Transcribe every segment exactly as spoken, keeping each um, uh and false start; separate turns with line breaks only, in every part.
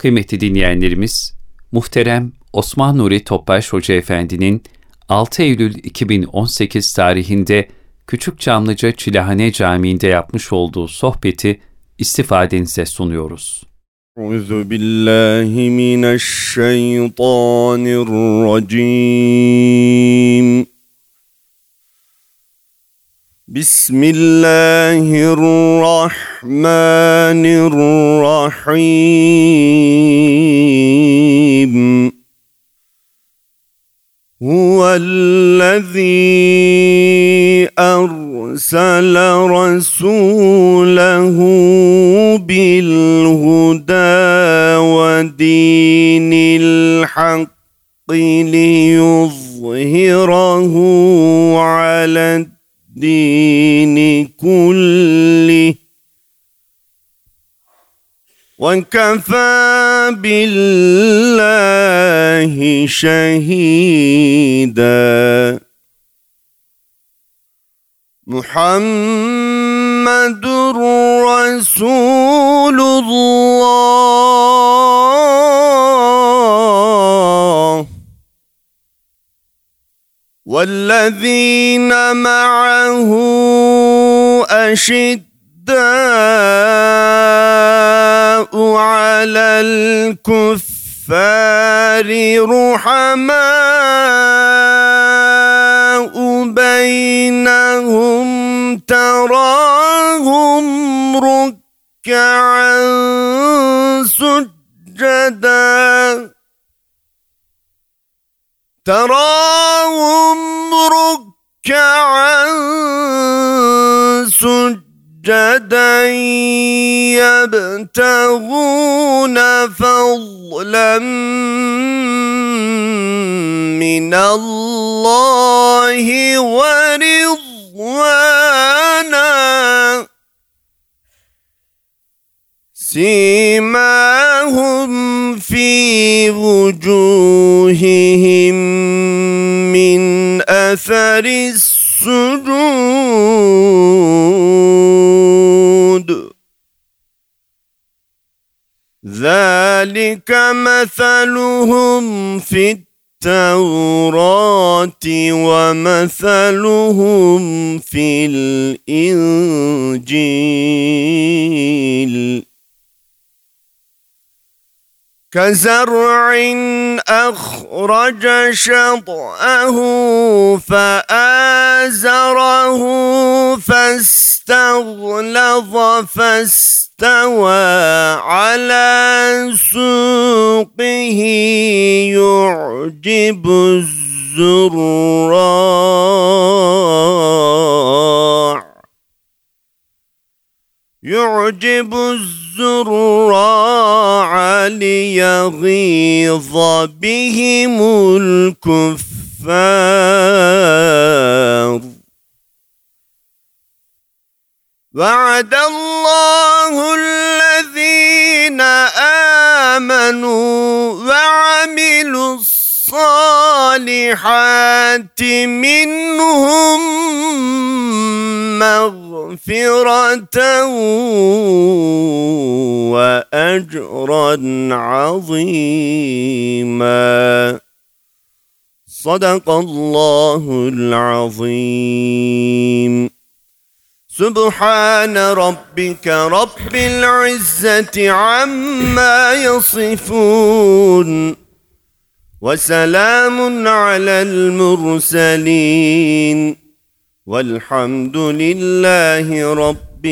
Kıymetli dinleyenlerimiz, muhterem Osman Nuri Topbaş Hoca Efendi'nin altı Eylül iki bin on sekiz tarihinde Küçükçamlıca Çilehane Camii'nde yapmış olduğu sohbeti istifadenize sunuyoruz.
Euzu billahi mineşşeytanirracim. Bismillahirrahmanirrahim. Huvellezî ersele rasûlehu bilhudâ ve dînil hakkı liyuzhirahu aled dini kulli ve kefâ billahi şehîdâ. Muhammedur Resulullah وَالَّذِينَ مَعَهُ أَشِدَّاءُ عَلَى الْكُفَّارِ رُحَمَاءُ بَيْنَهُمْ تَرَاهُمْ رُكَّعًا سُجَّدًا تراهم ركعا سجدا يبتغون فضلا من الله ورضوانا سيماهم في وجوههم من أثر السجود ذلك مثلهم في التوراة ومثلهم في الإنجيل كزرع أخرج شطأه فآزره فاستغلظ فاستوى على سوقه يعجب الزراع يعجب الزراع ليغيظ بهم الكفار وعد الله الذين آمنوا وعملوا الصالحات منهم مغفرة وأجرا عظيما صدق الله العظيم. سبحان ربك رب العزة عما يصفون وسلام على المرسلين والحمد لله رب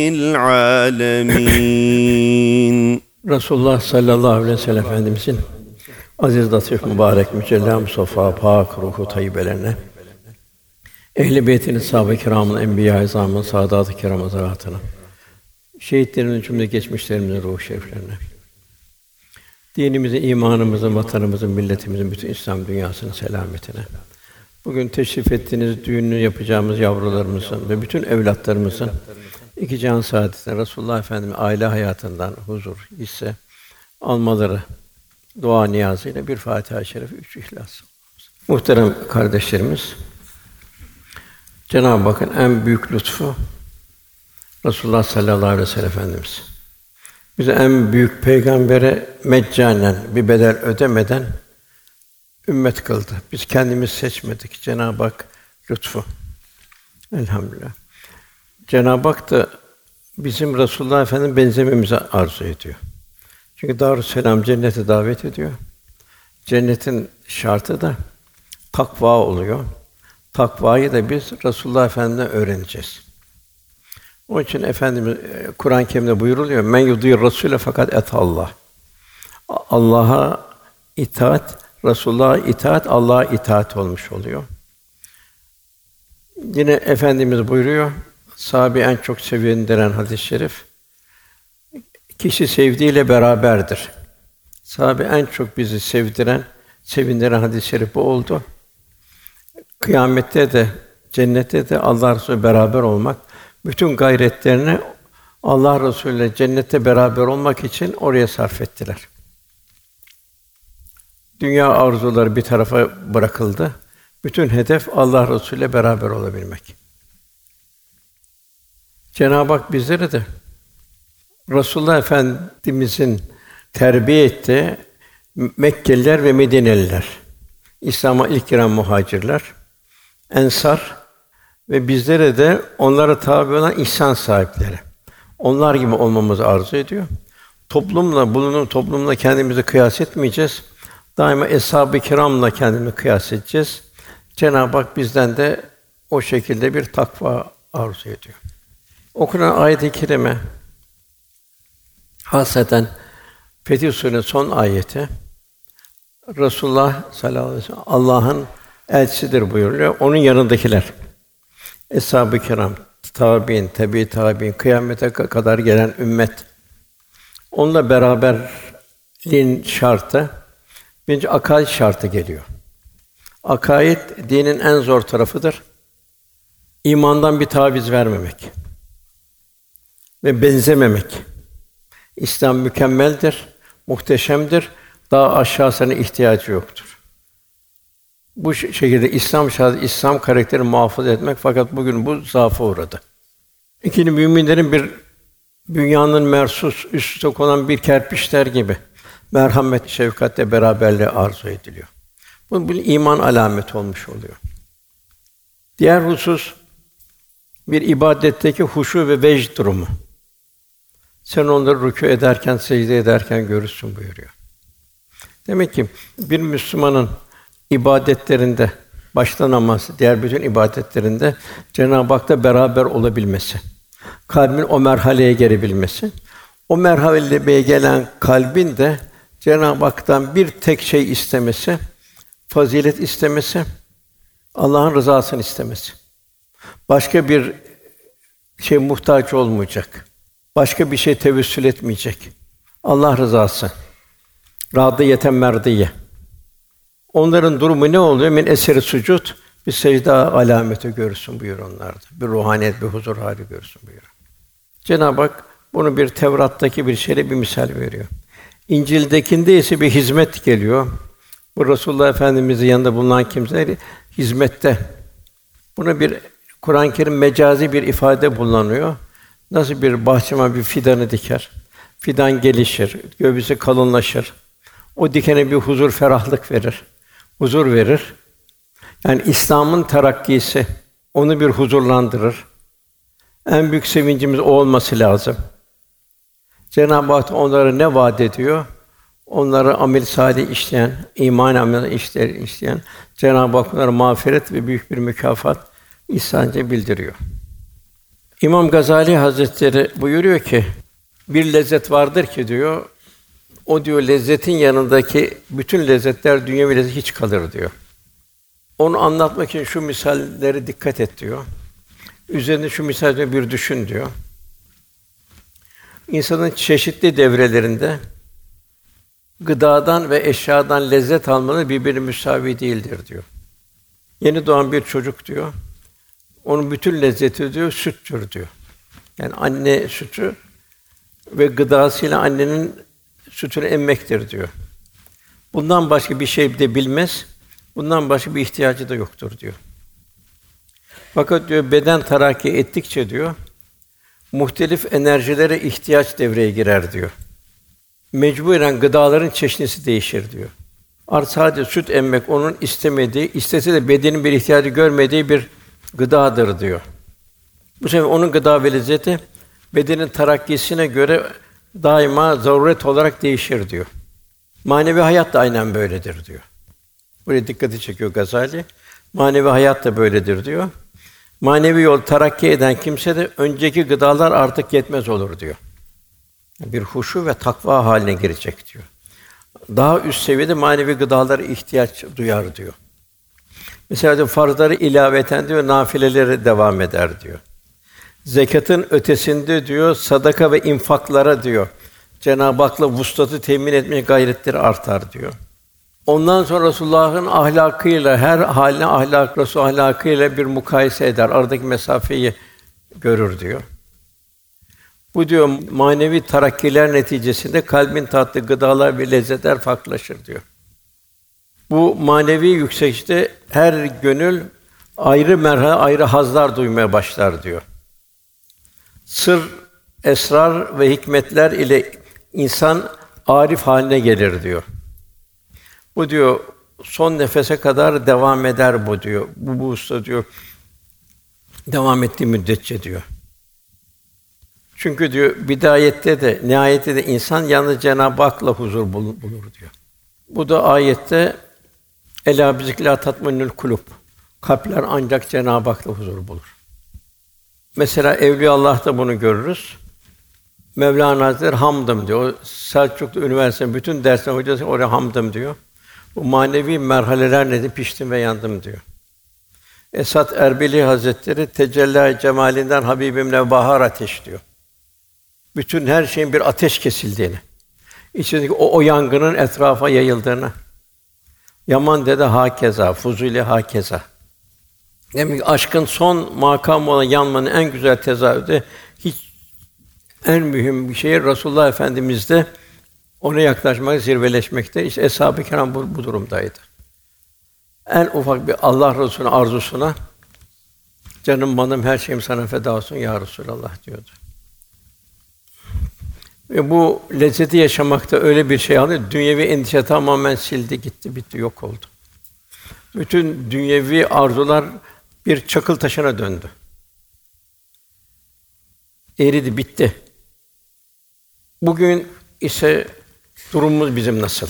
العالمين.
Resulullah sallallahu aleyhi ve sellem Efendimizin aziz, latif, mübarek, mücella, Mustafa, pak, ruhu tayyibelerine, ehl-i beytinin, sahabe-i kirâmın, enbiya-i izâmın, saadat-ı kirâm hazaratına, şehitlerin cümle geçmişlerimizin ruh şeriflerine, dinimizin, imanımızın, vatanımızın, milletimizin, bütün İslam dünyasının selametine, bugün teşrif ettiğiniz düğününü yapacağımız yavrularımızın ve bütün evlatlarımızın iki cihan saadetine, Resulullah Efendimiz aile hayatından huzur, hisse almaları dua niyazıyla bir Fatiha-i Şerif, üç İhlas. Muhterem kardeşlerimiz, Cenab-ı Hakk'ın en büyük lütfu Resulullah sallallahu aleyhi ve sellem Efendimiz. Bize en büyük peygambere meccanen bir bedel ödemeden ümmet kıldı. Biz kendimiz seçmedik. Cenab-ı Hak lütfu. Elhamdülillah. Cenab-ı Hak da bizim Resulullah Efendimiz benzememizi arzu ediyor. Çünkü Darüsselam cennete davet ediyor. Cennetin şartı da takva oluyor. Takvayı da biz Resulullah Efendimiz'den öğreneceğiz. Onun için Efendimiz Kur'an-ı Kerim'de buyuruluyor. Men yudîr Rasûle fakat et Allah. Allah'a itaat, Resulullah'a itaat, Allah'a itaat olmuş oluyor. Yine Efendimiz buyuruyor. Sahabe en çok sevindiren hadis-i şerif. Kişi sevdiğiyle beraberdir. Sahabe en çok bizi sevdiren, sevindiren hadis-i şerif bu oldu. Kıyamette de, cennette de Allah Resulü beraber olmak, bütün gayretlerini Allah Resulü ile cennette beraber olmak için oraya sarf ettiler. Dünya arzuları bir tarafa bırakıldı. Bütün hedef Allah Resulü ile beraber olabilmek. Cenab-ı Hak bizleri de Resulullah Efendimizin terbiye ettiği Mekkeliler ve Medineliler, İslam'a ilk giren muhacirler, ensar ve bizlere de onlara tabi olan ihsan sahipleri. Onlar gibi olmamızı arzu ediyor. Toplumla, bulunduğumuz toplumla kendimizi kıyas etmeyeceğiz. Daima eshab-ı kiramla kendimizi kıyas edeceğiz. Cenab-ı Hak bizden de o şekilde bir takva arzu ediyor. Okunan ayet-i kerime hasreten Fetih Sûresinin son ayeti. Resulullah sallallahu aleyhi ve sellem Allah'ın elçisidir buyuruyor. Onun yanındakiler eshab-ı kiram, tabiin, tebe-i tabiin, kıyamete kadar gelen ümmet. Onunla beraberliğin şartı, birinci akaid şartı geliyor. Akaid dinin en zor tarafıdır. İmandan bir taviz vermemek ve benzememek. İslam mükemmeldir, muhteşemdir. Daha aşağısına ihtiyacı yoktur. Bu şekilde İslam şahit, İslam karakteri muhafaza etmek fakat bugün bu zaafa uğradı. İkinci müminlerin bir dünyanın mersus üst üste konan bir kerpiçler gibi merhamet, şefkatle beraberliği arzu ediliyor. Bu bir iman alameti olmuş oluyor. Diğer husus bir ibadetteki huşu ve vecd durumu. Sen onları rükû ederken, secde ederken görürsün buyuruyor. Demek ki bir Müslümanın ibadetlerinde, başta namaz, diğer bütün ibadetlerinde Cenab-ı Hak'la beraber olabilmesi, kalbin o merhaleye gelebilmesi, o merhaleye gelen kalbin de Cenab-ı Hak'tan bir tek şey istemesi, fazilet istemesi, Allah'ın rızasını istemesi. Başka bir şey muhtaç olmayacak. Başka bir şey tevessül etmeyecek. Allah rızası. Radiyeten merdiye. Onların durumu ne oluyor? Min eseri sucud, bir secde alameti görürsün buyuruyor onlarda. Bir ruhaniyet, bir huzur hali görürsün buyuruyor. Cenab-ı Hak bunu bir Tevrat'taki bir şeyle bir misal veriyor. İncil'dekinde ise bir hizmet geliyor. Bu Resulullah Efendimiz'in yanında bulunan kimseler hizmette. Buna bir Kur'an-ı Kerim mecazi bir ifade kullanıyor. Nasıl bir bahçıvan bir fidanı diker. Fidan gelişir, gövdesi kalınlaşır. O dikene bir huzur, ferahlık verir. Huzur verir. Yani İslam'ın terakkisi onu bir huzurlandırır. En büyük sevincimiz o olması lazım. Cenab-ı Hak onlara ne vaat ediyor? Onları amel salih işleyen, iman ameli işler işleyen Cenab-ı Hak onlara mağfiret ve büyük bir mükafat ihsanca bildiriyor. İmam Gazali Hazretleri buyuruyor ki, bir lezzet vardır ki diyor, o diyor lezzetin yanındaki bütün lezzetler dünyevi lezzet hiç kalır diyor. Onu anlatmak için şu misalleri dikkat et diyor. Üzerinde şu misalleri bir düşün diyor. İnsanın çeşitli devrelerinde gıdadan ve eşyadan lezzet almanın birbirine müsavi değildir diyor. Yeni doğan bir çocuk diyor, onun bütün lezzeti diyor süttür diyor. Yani anne sütü ve gıdasıyla annenin sütünü emmektir diyor. Bundan başka bir şey de bilmez, bundan başka bir ihtiyacı da yoktur diyor. Fakat diyor beden terakki ettikçe diyor, muhtelif enerjilere ihtiyaç devreye girer diyor. mecburen gıdaların çeşnisi değişir diyor. Artık sadece süt emmek onun istemediği, istese de bedenin bir ihtiyacı görmediği bir gıdadır diyor. Bu sefer onun gıda ve lezzeti bedenin terakkisine göre daima zaruret olarak değişir diyor. Manevi hayat da aynen böyledir diyor. Buraya dikkati çekiyor Gazali. Manevi hayat da böyledir diyor. Manevi yol terakki eden kimse de önceki gıdalar artık yetmez olur diyor. Bir huşu ve takva haline girecek diyor. Daha üst seviyede manevi gıdalara ihtiyaç duyar diyor. Mesela diyor, farzları ilaveten diyor, nafileleri devam eder diyor. Zekatın ötesinde diyor, sadaka ve infaklara diyor, Cenab-ı Hak'la vuslatı temin etmeye gayretleri artar diyor. Ondan sonra Resulullah'ın ahlakıyla, her haline ahlak, Resul ahlakıyla bir mukayese eder. Aradaki mesafeyi görür diyor. Bu diyor manevi terakkiler neticesinde kalbin tattığı gıdalar ve lezzetler farklılaşır diyor. Bu manevi yükselişte her gönül ayrı merhale, ayrı hazzlar duymaya başlar diyor. Sır, esrar ve hikmetler ile insan arif haline gelir diyor. Bu diyor son nefese kadar devam eder bu diyor. Bu bu usta diyor devam ettiği müddetçe diyor. Çünkü diyor bidayette de nihayette de insan yalnız Cenab-ı Hak'la huzur bulur diyor. Bu da ayette Elâ bizikrillâh tatma'innul kulûb. Kalpler ancak Cenab-ı Hak'la huzur bulur. Mesela Evliyaullah'ta bunu görürüz. Mevlana Hazretleri hamdım diyor. Selçuklu Üniversitesi'nin bütün dersler hocası oraya hamdım diyor. Bu manevi merhaleler nedir? Piştim ve yandım diyor. Esad Erbili Hazretleri tecelli cemalinden Habibimle bahar ateş diyor. Bütün her şeyin bir ateş kesildiğini, içindeki o, o yangının etrafa yayıldığını. Yaman Dede hakeza, Fuzuli hakeza. Demek ki aşkın son makamı olan yanmanın en güzel tezahürü hiç en mühim bir şey Resulullah Efendimiz'de ona yaklaşmak, zirveleşmekte. İşte Eshab-ı Kiram bu, bu durumdaydı. En ufak bir Allah Resulü'nün arzusuna canım manım her şeyim sana feda olsun ya Resulallah diyordu. Ve bu lezzeti yaşamakta öyle bir şey aldı, dünyevi endişe tamamen sildi, gitti, bitti, yok oldu. Bütün dünyevi arzular bir çakıl taşına döndü. Eridi, bitti. Bugün ise durumumuz bizim nasıl?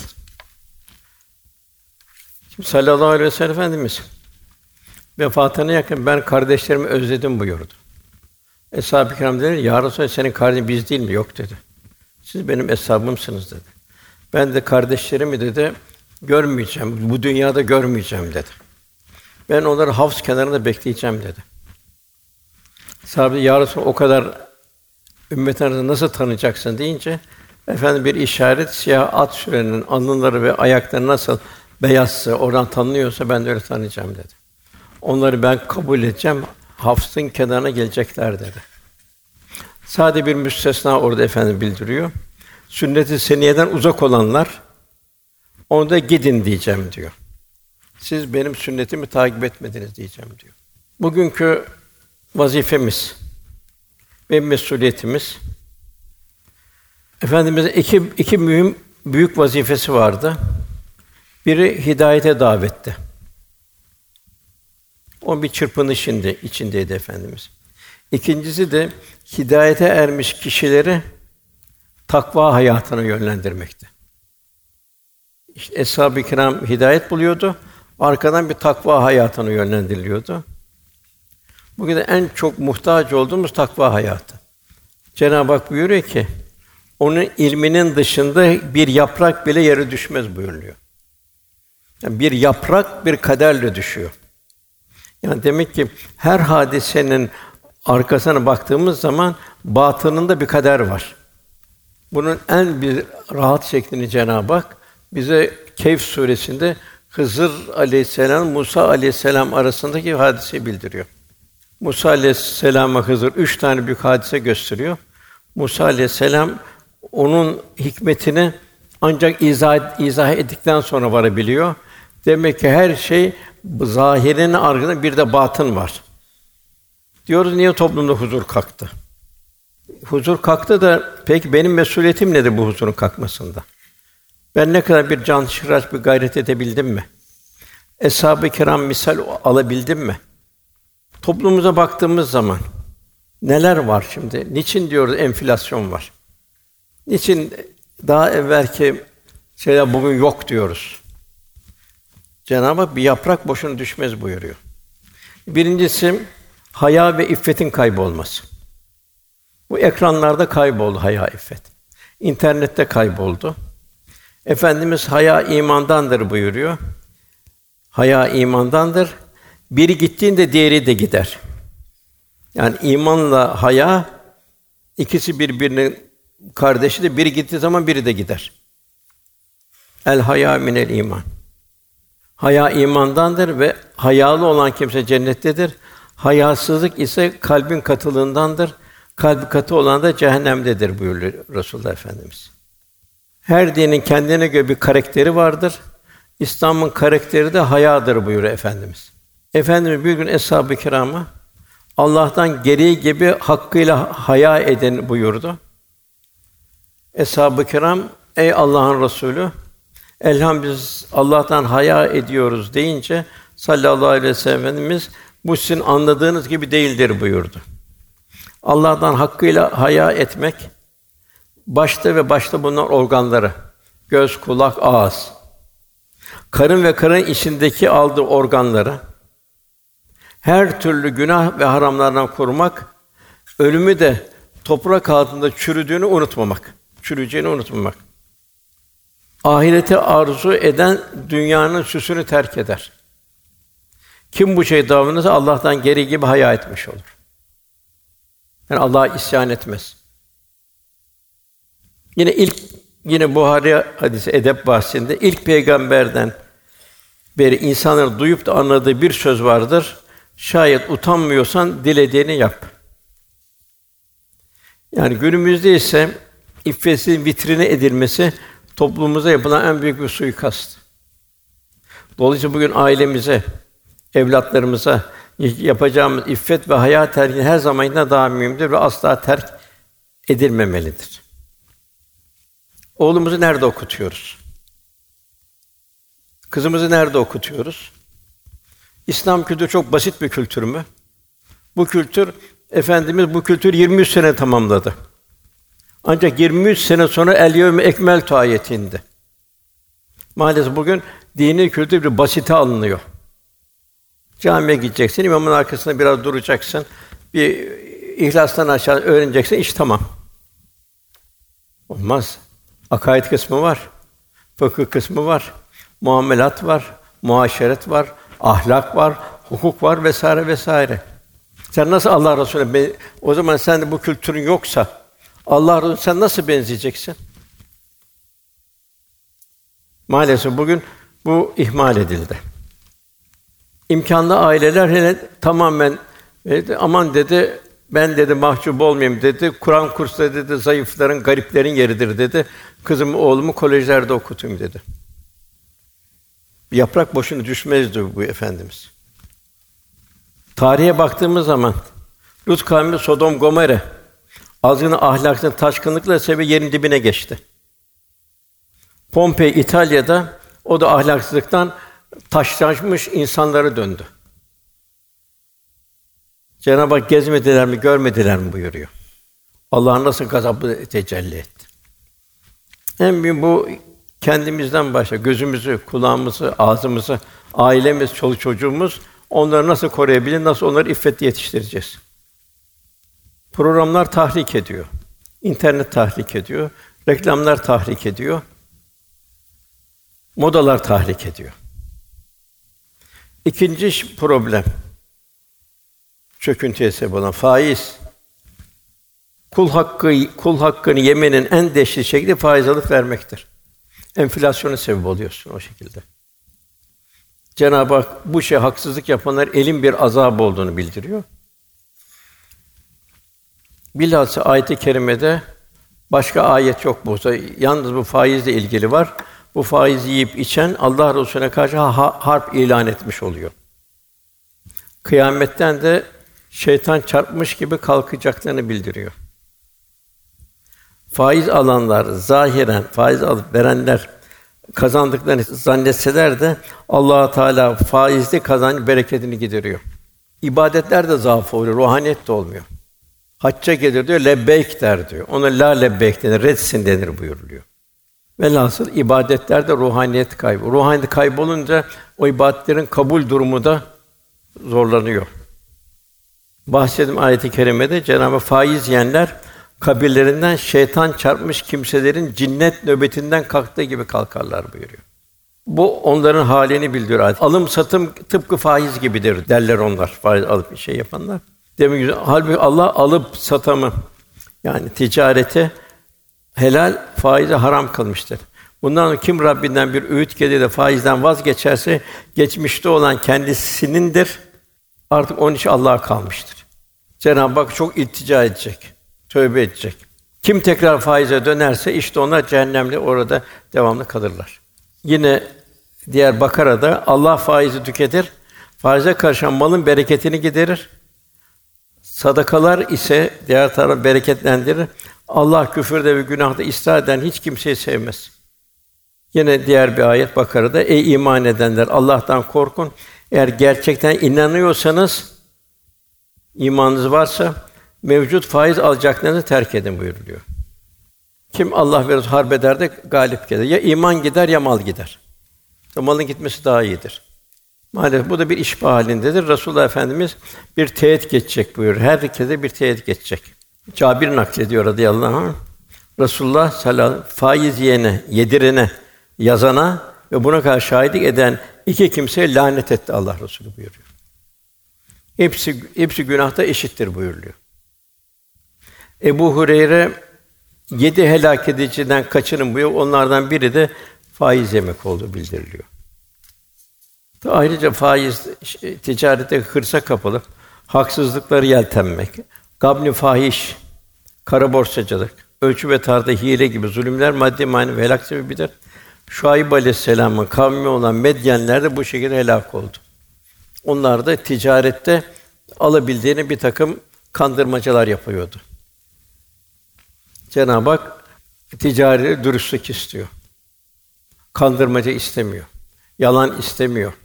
Şimdi sallallahu aleyhi ve sellem Efendimiz vefatına yakın ben kardeşlerimi özledim buyurdu. Eshab-ı Kiram dediler, ya Resulallah senin kardeşin biz değil mi? Yok dedi. Siz benim eshabımsınız dedi. Ben de kardeşlerimi dedi görmeyeceğim, bu dünyada görmeyeceğim dedi. Ben onları havz kenarında bekleyeceğim dedi. Sahabe ya Resulallah o kadar ümmetinizi nasıl tanıyacaksın deyince efendim bir işaret siyah at sürenin alınları ve ayakları nasıl beyazsa oradan tanınıyorsa ben de öyle tanıyacağım dedi. Onları ben kabul edeceğim. Havzın kenarına gelecekler dedi. Sadece bir müstesna orada efendim bildiriyor. Sünnet-i seniyeden uzak olanlar onu da gidin diyeceğim diyor. Siz benim sünnetimi takip etmediniz diyeceğim diyor. Bugünkü vazifemiz ve mesuliyetimiz Efendimiz'in iki iki mühim büyük vazifesi vardı. Biri hidayete davetti. O bir çırpınış içinde, içindeydi Efendimiz. İkincisi de hidayete ermiş kişileri takva hayatına yönlendirmekti. İşte Eshab-ı Kiram hidayet buluyordu, arkadan bir takva hayatına yönlendiriliyordu. Bugün de en çok muhtaç olduğumuz takva hayatı. Cenab-ı Hak buyuruyor ki, onun ilminin dışında bir yaprak bile yere düşmez buyuruluyor. Yani bir yaprak bir kaderle düşüyor. Yani demek ki her hadisenin arkasına baktığımız zaman batınında bir kader var. Bunun en bir rahat şeklini Cenab-ı Hak bize Kehf suresinde Hızır aleyhisselam, Musa aleyhisselam arasındaki hadiseyi bildiriyor. Musa aleyhisselama Hızır üç tane büyük hadise gösteriyor. Musa aleyhisselam onun hikmetini ancak izah, izah ettikten sonra varabiliyor. Demek ki her şey zahirin ardında bir de batın var. Diyoruz niye toplumda huzur kalktı? Huzur kalktı da peki benim mesuliyetim nedir bu huzurun kalkmasında? Ben ne kadar bir can şıraç bir gayret edebildim mi? Eshab-ı kiram misal alabildim mi? Toplumumuza baktığımız zaman neler var şimdi? Niçin diyoruz enflasyon var? Niçin daha evvelki şeyler bugün yok diyoruz? Cenab-ı Hak bir yaprak boşuna düşmez buyuruyor. Birincisi haya ve iffetin kaybolması. Bu ekranlarda kayboldu haya, iffet. İnternette kayboldu. Efendimiz haya imandandır buyuruyor. Haya imandandır. Biri gittiğinde diğeri de gider. Yani imanla haya ikisi birbirinin kardeşi de biri gittiği zaman biri de gider. El haya minel iman. Haya imandandır ve hayalı olan kimse cennettedir. Hayasızlık ise kalbin katılığındandır. Kalbi katı olan da cehennemdedir buyuruyor Resulullah Efendimiz. Her dinin kendine göre bir karakteri vardır. İslam'ın karakteri de hayadır buyuruyor Efendimiz. Efendimiz bir gün eshab-ı kirama Allah'tan gereği gibi hakkıyla haya edin buyurdu. Eshab-ı kiram ey Allah'ın Resulü elham biz Allah'tan haya ediyoruz deyince sallallahu aleyhi ve sellem Efendimiz bu sizin anladığınız gibi değildir buyurdu. Allah'tan hakkıyla haya etmek başta ve başta bulunan organları göz, kulak, ağız, karın ve karın içindeki aldığı organları her türlü günah ve haramlardan korumak, ölümü de toprak altında çürüdüğünü unutmamak, çürüyeceğini unutmamak. Ahireti arzu eden dünyanın süsünü terk eder. Kim bu şey davranırsa Allah'tan gereği gibi haya etmiş olur. Yani Allah'a isyan etmez. Yine ilk yine Buhari hadisi edep bahsinde ilk peygamberden beri insanların duyup da anladığı bir söz vardır. Şayet utanmıyorsan dilediğini yap. Yani günümüzde ise iffetin vitrine edilmesi toplumumuza yapılan en büyük bir suikast. Dolayısıyla bugün ailemize, evlatlarımıza yapacağımız iffet ve haya terki her zamankinden daha mühimdir ve asla terk edilmemelidir. Oğlumuzu nerede okutuyoruz? Kızımızı nerede okutuyoruz? İslam kültürü çok basit bir kültür mü? Bu kültür, Efendimiz bu kültürü yirmi üç sene tamamladı. Ancak yirmi üç sene sonra el yevme ekmeltu ayeti indi. Maalesef bugün dini kültür bir basite alınıyor. Camiye gideceksin, imamın arkasında biraz duracaksın, bir İhlas'tan aşağı öğreneceksin, iş tamam. Olmaz. Akaid kısmı var, fıkıh kısmı var, muamelat var, muaşeret var, ahlak var, hukuk var vesaire vesaire. Sen nasıl Allah Resulüne o zaman sen de bu kültürün yoksa Allah Resulüne sen nasıl benzeyeceksin? Maalesef bugün bu ihmal edildi. İmkânlı aileler hele tamamen dedi, aman dedi ben dedi mahcup olmayayım dedi. Kur'an kursları dedi zayıfların, gariplerin yeridir dedi. Kızımı, oğlumu kolejlerde okutayım dedi. Bir yaprak boşuna düşmezdi bu Efendimiz. Tarihe baktığımız zaman Lut kavmi Sodom Gomorre azgın ahlaksız taşkınlıkla sebebi yerin dibine geçti. Pompei İtalya'da o da ahlaksızlıktan taşlaşmış insanlara döndü. Cenab-ı Hak gezmediler mi, görmediler mi buyuruyor. Allah'ın nasıl gazabı tecelli etti. En büyük bu kendimizden başla gözümüzü, kulağımızı, ağzımızı, ailemiz, çoluk çocuğumuz onları nasıl koruyabilir, nasıl onları iffetli yetiştireceğiz? Programlar tahrik ediyor. İnternet tahrik ediyor. Reklamlar tahrik ediyor. Modalar tahrik ediyor. İkinci problem, çöküntüye sebep olan faiz. Kul hakkı, kul hakkını yemenin en dehşetli şekli faiz alıp vermektir. Enflasyona sebep oluyorsun o şekilde. Cenab-ı Hak bu şey haksızlık yapanlar elin bir azabı olduğunu bildiriyor. Bilhassa ayet-i kerimede başka ayet yok bu. Yalnız bu faizle ilgili var. Bu faizi yiyip içen Allah Resulüne karşı ha- harp ilan etmiş oluyor. Kıyametten de şeytan çarpmış gibi kalkacaklarını bildiriyor. faiz alanlar, zahiren faiz alıp verenler kazandıklarını zannetseler de Allah Teala faizli kazancın bereketini gideriyor. İbadetler de zaaf oluyor, ruhaniyet de olmuyor. Hacca gelir diyor, lebbeyk der diyor. Ona la lebbeyk denir, retsin denir buyuruluyor. Velhasıl ibadetlerde ruhaniyet kaybı. Ruhaniyet kaybolunca o ibadetlerin kabul durumu da zorlanıyor. Bahsettiğim ayet-i kerimede Cenab-ı faiz yiyenler kabirlerinden şeytan çarpmış kimselerin cinnet nöbetinden kalktığı gibi kalkarlar buyuruyor. Bu onların halini bildiriyor. Alım satım tıpkı faiz gibidir derler onlar. Faiz alıp bir şey yapanlar. Demek ki halbuki Allah alıp satamı yani ticareti helal, faizi haram kılmıştır. Bundan sonra kim Rabbinden bir öğüt gelir de faizden vazgeçerse geçmişte olan kendisinindir. Artık onun için Allah'a kalmıştır. Cenab-ı Hak çok iltica edecek, tövbe edecek. Kim tekrar faize dönerse işte onlar cehennemde orada devamlı kalırlar. Yine diğer Bakara'da Allah faizi tüketir, faize karşılan malın bereketini giderir. Sadakalar ise diğer tarafı bereketlendirir. Allah küfürde ve günahda ısrar eden hiç kimseyi sevmez. Yine diğer bir ayet Bakara'da ey iman edenler Allah'tan korkun. Eğer gerçekten inanıyorsanız imanınız varsa mevcut faiz alacaklarınızı terk edin buyuruluyor. Kim Allah ve Resulü harp eder de galip gelir. Ya iman gider ya mal gider. İşte malın gitmesi daha iyidir. Maalesef bu da bir işbah halindedir. Resulullah Efendimiz bir teyit geçecek buyuruyor. Herkese bir teyit geçecek. Cabir naklediyor radıyallahu anh. Resulullah sallallahu aleyhi ve sellem faiz yiyene, yedirene, yazana ve buna karşı şahitlik eden iki kimseye lanet etti Allah Resulü buyuruyor. Hepsi hepsi günahta eşittir buyuruluyor. Ebu Hureyre yedi helak ediciden kaçının buyuruyor. Onlardan biri de faiz yemek olduğu bildiriliyor. Ayrıca faiz ticarete hırsa kapılıp haksızlıkları yeltenmek, gabn-ı fahiş, kara borsacılık, ölçü ve tartıda hile gibi zulümler maddi manevi helak sebebidir. Şuayb Aleyhisselam'ın kavmi olan Medyenler de bu şekilde helak oldu. Onlar da ticarette alabildiğini bir takım kandırmacalar yapıyordu. Cenab-ı Hak ticari dürüstlük istiyor. Kandırmaca istemiyor. Yalan istemiyor.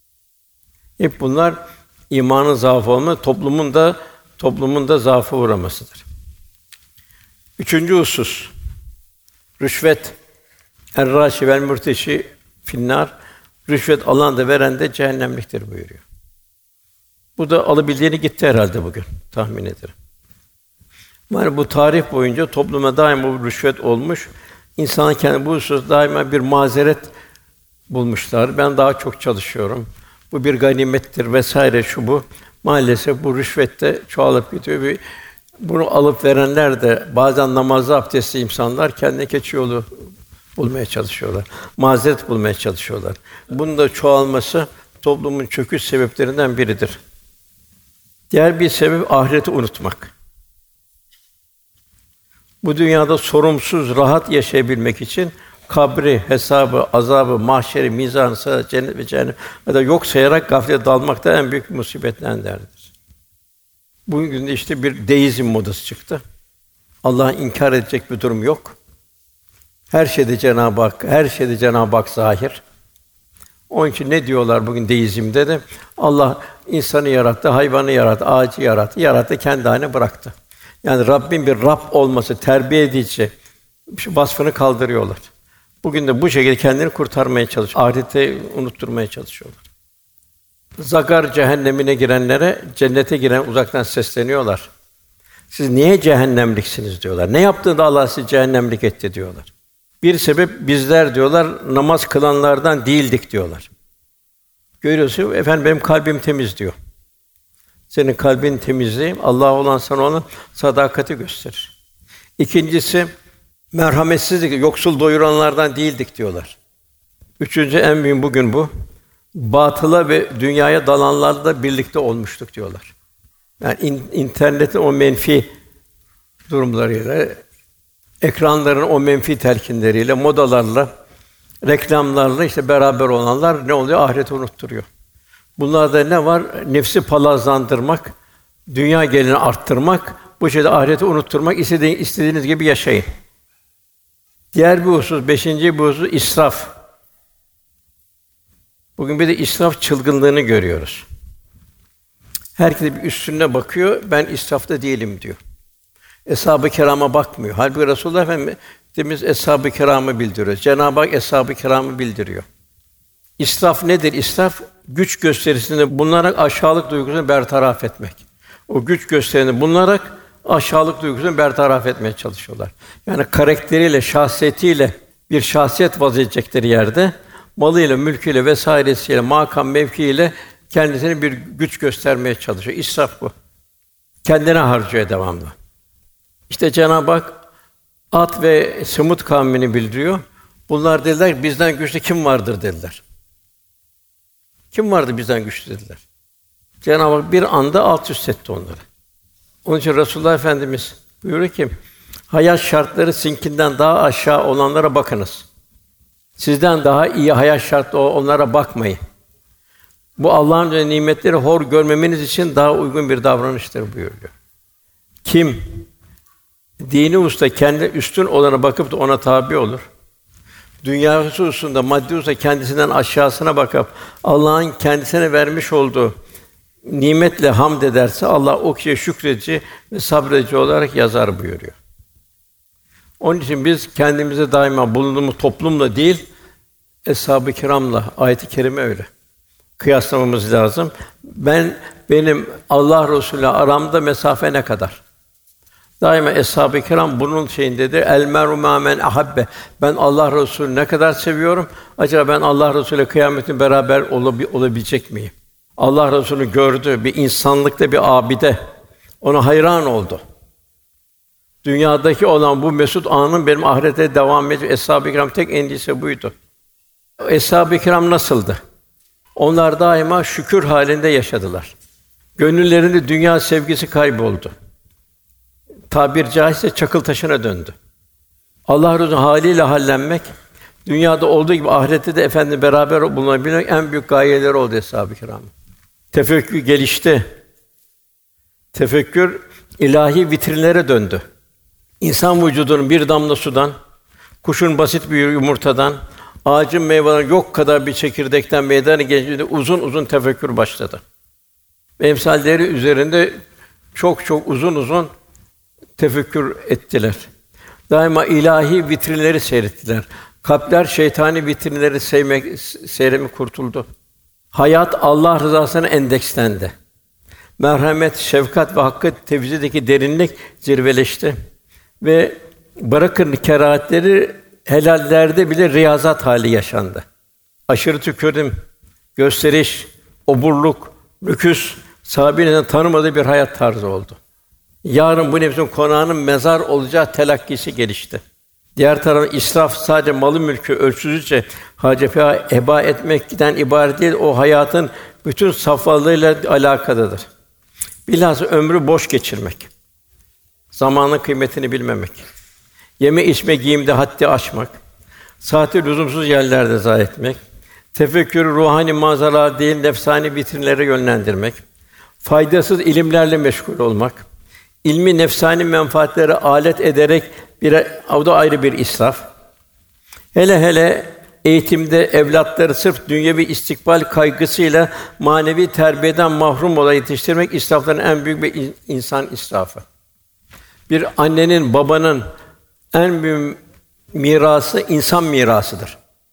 Hep bunlar imanın zaafı olma, toplumun da toplumun da zaafa uğramasıdır. Üçüncü husus rüşvet. Er-râşi vel mürteşi finnâr. Rüşvet alan da veren de cehennemliktir buyuruyor. Bu da alabildiğini gitti herhalde bugün tahmin ederim. Yani bu tarih boyunca topluma daima bu rüşvet olmuş. İnsanlar kendi bu hususta daima bir mazeret bulmuşlar. Ben daha çok çalışıyorum. Bu bir ganimettir vesaire şu bu. Maalesef bu rüşvet de çoğalıp gidiyor. Bir bunu alıp verenler de bazen namazlı abdestli insanlar kendine keçi yolu bulmaya çalışıyorlar. Mazeret bulmaya çalışıyorlar. Bunun da çoğalması toplumun çöküş sebeplerinden biridir. Diğer bir sebep ahireti unutmak. Bu dünyada sorumsuz, rahat yaşayabilmek için kabri, hesabı, azabı, mahşeri, mizanı, cennet ve cehennem ya da yok sayarak gaflete dalmak da en büyük musibetlerdendir. Bugün de işte bir deizm modası çıktı. Allah'ı inkar edecek bir durum yok. Her şeyde Cenab-ı Hak, her şeyde Cenab-ı Hak zahir. Onun için ne diyorlar bugün deizmde de? Allah insanı yarattı, hayvanı yarattı, ağacı yarattı, yarattı kendi haline bıraktı. Yani Rabbin bir Rab olması, terbiye edici vasfını kaldırıyorlar. Bugün de bu şekilde kendini kurtarmaya çalışıyor. Ahireti unutturmaya çalışıyorlar. Zagar cehennemine girenlere cennete giren uzaktan sesleniyorlar. Siz niye cehennemliksiniz diyorlar. Ne yaptığında Allah sizi cehennemlik etti diyorlar. Bir sebep bizler diyorlar namaz kılanlardan değildik diyorlar. Görüyorsun efendim benim kalbim temiz diyor. Senin kalbin temizliği Allah'a olan sana olan sadakati gösterir. İkincisi merhametsizlik, yoksul doyuranlardan değildik diyorlar. Üçüncü en büyük bugün bu. Batıla ve dünyaya dalanlarla birlikte olmuştuk diyorlar. Yani in, internetin o menfi durumlarıyla, ekranların o menfi telkinleriyle, modalarla, reklamlarla işte beraber olanlar ne oluyor? Ahireti unutturuyor. Bunlarda ne var? Nefsi palazlandırmak, dünya gelini arttırmak, bu şekilde ahireti unutturmak, istediğiniz, istediğiniz gibi yaşayın. Diğer bir husus, beşinci bir husus israf. Bugün bir de israf çılgınlığını görüyoruz. Herkes bir üstüne bakıyor, ben israfta değilim diyor. Eshab-ı kirama bakmıyor. Halbuki Resulullah Efendimiz eshab-ı kiramı bildiriyor. Cenab-ı Hak eshab-ı kiramı bildiriyor. İsraf nedir? İsraf güç gösterisinde bulunarak aşağılık duygusunu bertaraf etmek. O güç gösterisinde bulunarak aşağılık duygusunu bertaraf etmeye çalışıyorlar. Yani karakteriyle, şahsiyetiyle bir şahsiyet vaz edecekleri yerde malıyla, mülküyle vesairesiyle, makam mevkiiyle kendisine bir güç göstermeye çalışıyor. İsraf bu. Kendine harcıyor devamlı. İşte Cenab-ı Hak Ad ve Semud kavmini bildiriyor. Bunlar dediler bizden güçlü kim vardır dediler. Kim vardı bizden güçlü dediler. Cenab-ı Hak bir anda alt üst etti onları. Onun için Resulullah Efendimiz buyuruyor ki hayat şartları sizinkinden daha aşağı olanlara bakınız. Sizden daha iyi hayat şartları onlara bakmayın. Bu Allah'ın nimetleri hor görmemeniz için daha uygun bir davranıştır buyuruyor. Kim dini usta kendi üstün olana bakıp da ona tabi olur. Dünya hususunda, maddi hususunda kendisinden aşağısına bakıp Allah'ın kendisine vermiş olduğu nimetle hamd ederse Allah o kişiye şükredici ve sabredici olarak yazar buyuruyor. Onun için biz kendimize daima bulunduğumuz toplumla değil, eshab-ı kiramla, ayet-i kerime öyle kıyaslamamız lazım. Ben benim Allah Resulü'yle aramda mesafe ne kadar? Daima eshab-ı kiram bunun şeyindedir. El meru ma men ahabbe. Ben Allah Resulü'nü ne kadar seviyorum? Acaba ben Allah Resulü'yle kıyametin beraber olabi- olabilecek miyim? Allah Resulü'nü gördü, bir insanlıkta bir abide. Ona hayran oldu. Dünyadaki olan bu mesut anın benim ahirete devam edecek. Eshab-ı kiram tek endişesi buydu. Eshab-ı kiram nasıldı? Onlar daima şükür halinde yaşadılar. Gönüllerinde dünya sevgisi kayboldu. Tabir caizse çakıl taşına döndü. Allah Resulü haliyle hallenmek, dünyada olduğu gibi ahirette de efendim beraber bulunabilmek en büyük gayeleri oldu eshab-ı kiramın. Tefekkür gelişti. Tefekkür ilahi vitrinlere döndü. İnsan vücudunun bir damla sudan, kuşun basit bir yumurtadan, ağacın meyveleri yok kadar bir çekirdekten meydana gelince uzun uzun tefekkür başladı. Emsalleri üzerinde çok çok uzun uzun tefekkür ettiler. Daima ilahi vitrinleri seyrettiler. Kalpler şeytani vitrinleri sevmek, seyremi kurtuldu. Hayat Allah rızasına endekslendi. Merhamet, şefkat ve hakkı tevhidindeki derinlik zirveleşti ve bırakın kerahatleri helallerde bile riyazat hali yaşandı. Aşırı tükürüm, gösteriş, oburluk, lüküs sahabenin tanımadığı bir hayat tarzı oldu. Yarın bu nefsin konağının mezar olacağı telakkisi gelişti. Diğer taraftan israf sadece malı mülkü ölçüsüzce hacefâ heba etmekten ibaret değil, o hayatın bütün safhalığıyla alakadadır. Bilhassa ömrü boş geçirmek, zamanın kıymetini bilmemek, yeme içme giyimde haddi aşmak, saati lüzumsuz yerlerde zayi etmek, tefekkürü ruhani manzaralar değil nefsani vitrinlere yönlendirmek, faydasız ilimlerle meşgul olmak, ilmi nefsani menfaatlere alet ederek bir o da ayrı bir israf. Hele hele eğitimde evlatları sırf dünyevi istikbal kaygısıyla manevi terbiyeden mahrum olarak yetiştirmek israfların en büyük bir insan israfı. Bir annenin, babanın en büyük mirası insan mirasıdır.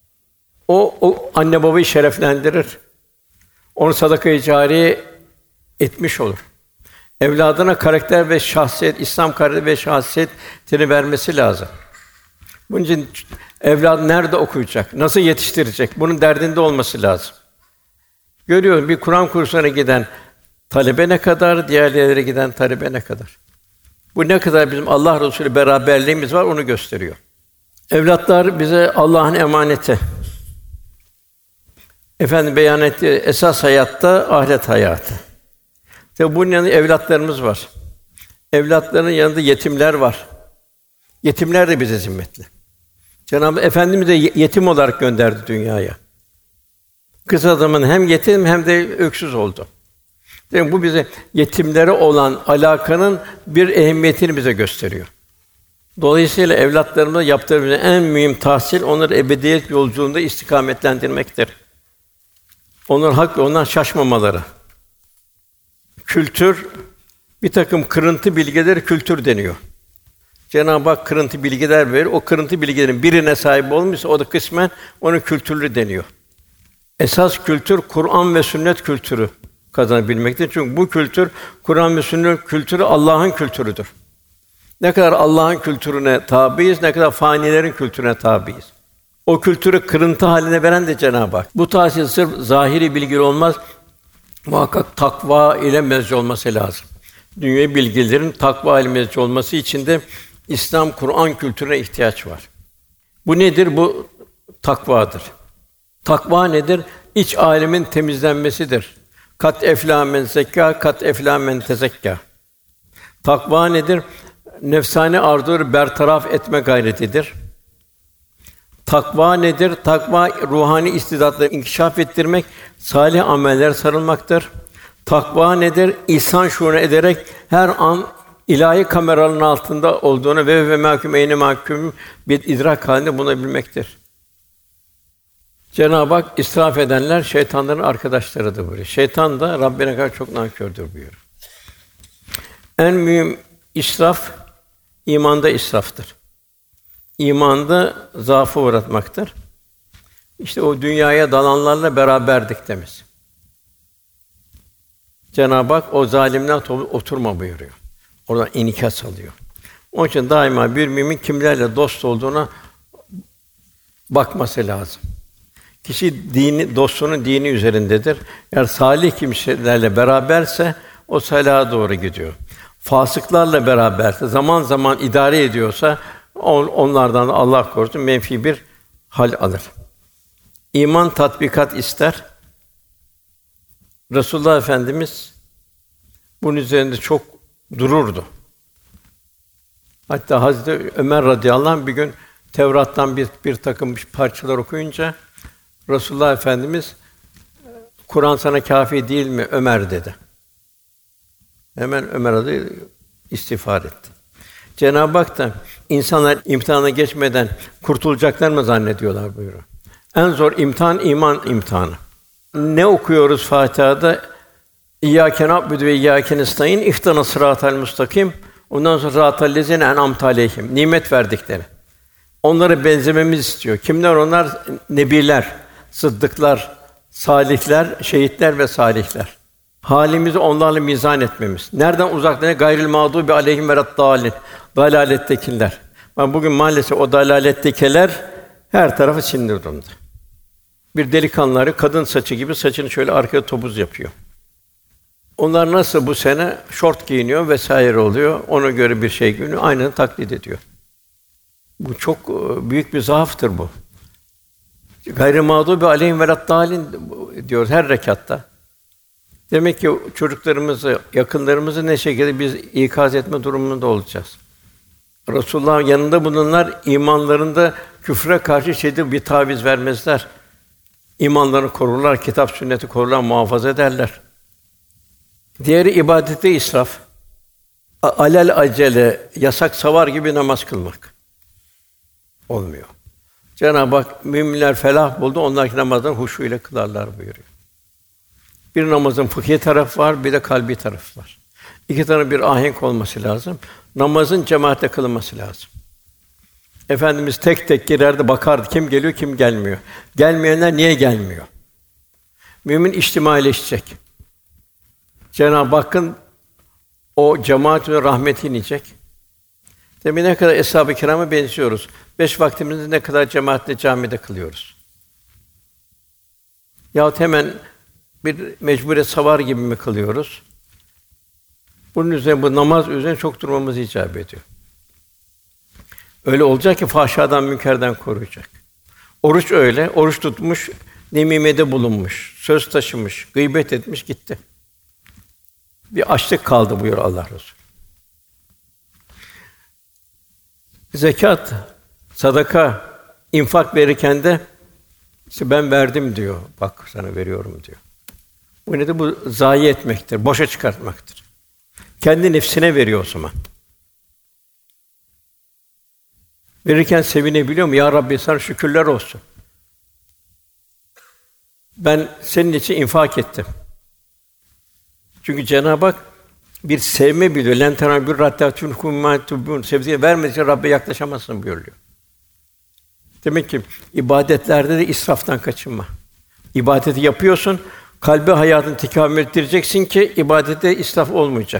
O, o anne babayı şereflendirir. Onu sadaka-i câriye etmiş olur. Evladına karakter ve şahsiyet, İslam karakter ve şahsiyetini vermesi lazım. Bunun için evlat nerede okuyacak, nasıl yetiştirecek? Bunun derdinde olması lazım. Görüyorum bir Kur'an kursuna giden talebe ne kadar, diğer yerlere giden talebe ne kadar. Bu ne kadar bizim Allah Resulü beraberliğimiz var onu gösteriyor. Evlatlar bize Allah'ın emaneti. Efendim beyan ettiği esas hayatta ahiret hayatı. Tabi bunun yanında evlatlarımız var. Evlatların yanında yetimler var. Yetimler de bize zimmetli. Cenab-ı Efendimiz de yetim olarak gönderdi dünyaya. Kız adamın hem yetim hem de öksüz oldu. Yani bu bize yetimlere olan alakanın bir ehemmiyetini bize gösteriyor. Dolayısıyla evlatlarımıza yaptığımız en mühim tahsil, onları ebediyet yolculuğunda istikametlendirmektir. Onların hak yolundan şaşmamaları. Kültür, bir takım kırıntı bilgileri kültür deniyor. Cenab-ı Hak kırıntı bilgiler verir. O kırıntı bilgilerin birine sahip olmuşsa o da kısmen onun kültürlü deniyor. Esas kültür Kur'an ve sünnet kültürü kazanabilmektir. Çünkü bu kültür Kur'an ve sünnet kültürü Allah'ın kültürüdür. Ne kadar Allah'ın kültürüne tabiiz, ne kadar fanilerin kültürüne tabiiz. O kültürü kırıntı haline veren de Cenab-ı Hak. Bu tahsil sırf zahiri bilgi olmaz. Muhakkak takva ile mezci olması lazım. Dünya bilgilerin takva ile mezci olması için de İslam Kur'an kültürüne ihtiyaç var. Bu nedir? Bu takvadır. Takva nedir? İç âlemin temizlenmesidir. Kat eflâ men zekkâ, kat eflâ men tezekka. Takva nedir? Nefsani arzuları bertaraf etme gayretidir. Takva nedir? Takva ruhani istidatları inkişaf ettirmek, salih ameller sarılmaktır. Takva nedir? İhsan şuuru ederek her an ilahi kameraların altında olduğunu ve ve mahkum eyne mahkum bir idrak halinde bulunabilmektir. Cenab-ı Hak israf edenler şeytanların arkadaşlarıdır buyuruyor. Şeytan da Rabbine karşı çok nankördür buyuruyor. En mühim israf imanda israftır. İmanda zaafı uğratmaktır. İşte o dünyaya dalanlarla beraberdik demiz. Cenab-ı Hak o zalimler oturma buyuruyor. Oradan inikas alıyor. Onun için daima bir mümin kimlerle dost olduğuna bakması lazım. Kişi dini, dostunun dini üzerindedir. Eğer salih kimselerle beraberse o salaha doğru gidiyor. Fasıklarla beraberse, zaman zaman idare ediyorsa onlardan da Allah korusun menfi bir hal alır. İman tatbikat ister. Resulullah Efendimiz bunun üzerinde çok dururdu. Hatta Hazreti Ömer radıyallahu anh bir gün Tevrat'tan bir bir takım parçalar okuyunca Resulullah Efendimiz Kur'an sana kâfi değil mi Ömer dedi. Hemen Ömer adı istiğfar etti. Cenab-ı Hak da insanlar imtihana geçmeden kurtulacaklar mı zannediyorlar buyuruyor. En zor imtihan iman imtihanı. Ne okuyoruz Fatiha'da? İyyâke na'budu ve iyyâke nestaîn ihdina sıratal mustakim. Ondan sonra sıratal lezîne en'amte aleyhim. Nimet verdikleri. Onlara benzememizi istiyor. Kimler onlar? Nebiler, sıddıklar, salihler, şehitler ve salihler. Halimizi onlarla mizan etmemiz. Nereden uzaklara gayril mağdûbi aleyhim veleddâlin. Dalalettekiler. Ben bugün maalesef o dalalettekiler her tarafı sindir durumda. Bir delikanlıları kadın saçı gibi saçını şöyle arkaya topuz yapıyor. Onlar nasıl bu sene şort giyiniyor vesaire oluyor. Ona göre bir şey giyiniyor, aynını taklit ediyor. Bu çok büyük bir zaaftır bu. Gayrı mağdûbi aleyhim veleddâlin diyor her rekatta. Demek ki çocuklarımızı, yakınlarımızı ne şekilde biz ikaz etme durumunda olacağız. Resulullah'ın yanında bulunanlar imanlarında küfre karşı şiddet bir taviz vermezler. İmanlarını korurlar, kitap sünneti korurlar, muhafaza ederler. Diğeri ibadette israf. Alel acele yasak savar gibi namaz kılmak. Olmuyor. Cenab-ı Hak müminler felah buldu, onlar namazdan huşu ile kılarlar buyuruyor. Bir namazın fıkhi tarafı var, bir de kalbi tarafı var. İki tane bir ahenk olması lazım. Namazın cemaatle kılınması lazım. Efendimiz tek tek girerdi, bakardı kim geliyor, kim gelmiyor. Gelmeyenler niye gelmiyor? Mümin içtimaileşecek. Cenab-ı Hakk'ın o cemaat ve rahmeti inecek. Demin ne kadar eshab-ı kirama benziyoruz. Beş vaktimizi ne kadar cemaatle camide kılıyoruz. Yahut hemen bir mecbure savar gibi mi kılıyoruz? Bunun üzerine, bu namaz üzerine çok durmamız icap ediyor. Öyle olacak ki fahşadan, münkerden koruyacak. Oruç öyle, oruç tutmuş, nemimede bulunmuş, söz taşımış, gıybet etmiş, gitti. Bir açlık kaldı buyuruyor Allah Resulü. Zekat, sadaka, infak verirken de işte ben verdim diyor. Bak sana veriyorum diyor. Bu nedir? Bu zayi etmektir, boşa çıkartmaktır. Kendi nefsine veriyor o zaman. Verirken sevinebiliyor mu? Ya Rabbi sana şükürler olsun. Ben senin için infak ettim. Çünkü Cenab-ı Hak bir sevme biliyor. Len tena bir rattatun kummatubun. Sevdiğini vermedikçe Rabbe yaklaşamazsın buyuruyor. Demek ki ibadetlerde de israftan kaçınma. İbadeti yapıyorsun, kalbi hayatını tekamül ettireceksin ki ibadette israf olmayacak.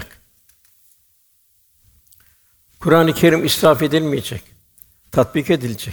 Kur'an-ı Kerim israf edilmeyecek, tatbik edilecek.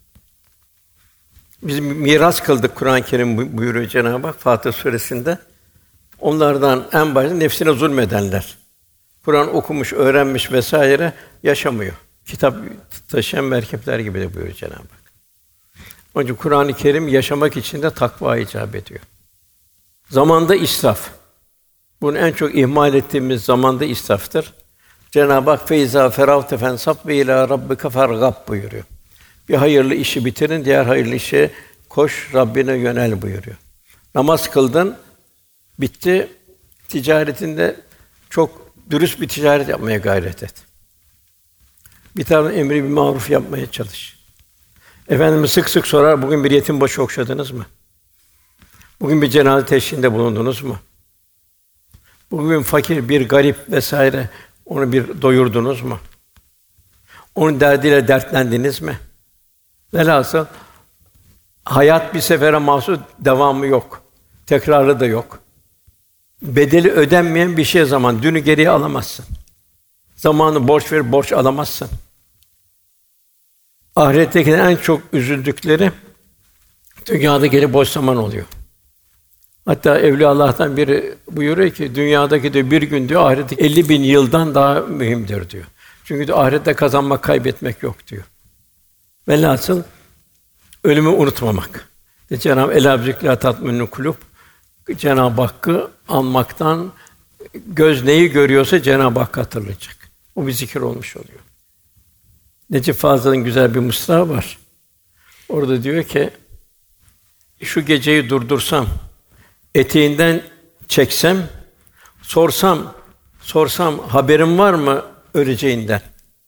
Biz miras kıldık Kur'an-ı Kerim buyuruyor Cenab-ı Hak Fatır Suresi'nde. Onlardan en başta nefsine zulmedenler. Kur'an okumuş, öğrenmiş vesaire yaşamıyor. Kitap taşıyan merkepler gibi de buyuruyor Cenab-ı Hak. Onun için Kur'an-ı Kerim yaşamak için de takva icap ediyor. Zamanda israf. Bunu en çok ihmal ettiğimiz zamanda israftır. Cenab-ı Hak feyza feravte fensab ve ila rabbike fergab buyuruyor. Bir hayırlı işi bitirin, diğer hayırlı işe koş, Rabbine yönel buyuruyor. Namaz kıldın, bitti. Ticaretinde çok dürüst bir ticaret yapmaya gayret et. Bir tane emri bir maruf yapmaya çalış. Efendimiz sık sık sorar, bugün bir yetim başı okşadınız mı? Bugün bir cenaze teşhiğinde bulundunuz mu? Bugün fakir bir garip vesaire onu bir doyurdunuz mu? Onun derdiyle dertlendiniz mi? Velhasıl hayat bir sefere mahsus, devamı yok. Tekrarı da yok. Bedeli ödenmeyen bir şey zaman, dünü geriye alamazsın. Zamanı borç verip borç alamazsın. Ahirettekilerin en çok üzüldükleri dünyada geri boş zaman oluyor. Hatta Evliya Allah'tan biri buyuruyor ki dünyadaki de bir gün diyor ahiretteki elli bin yıldan daha mühimdir diyor. Çünkü diyor, ahirette kazanmak, kaybetmek yok diyor. Velhasıl ölümü unutmamak. Cenab-ı Elâ zikra tatminnû kulûb. Cenab-ı Hakk'ı anmaktan göz neyi görüyorsa Cenab-ı Hak hatırlayacak. O bir zikir olmuş oluyor. Necip Fazıl'ın güzel bir mısrağı var. Orada diyor ki şu geceyi durdursam, eteğinden çeksem, sorsam, sorsam haberin var mı öleceğinden?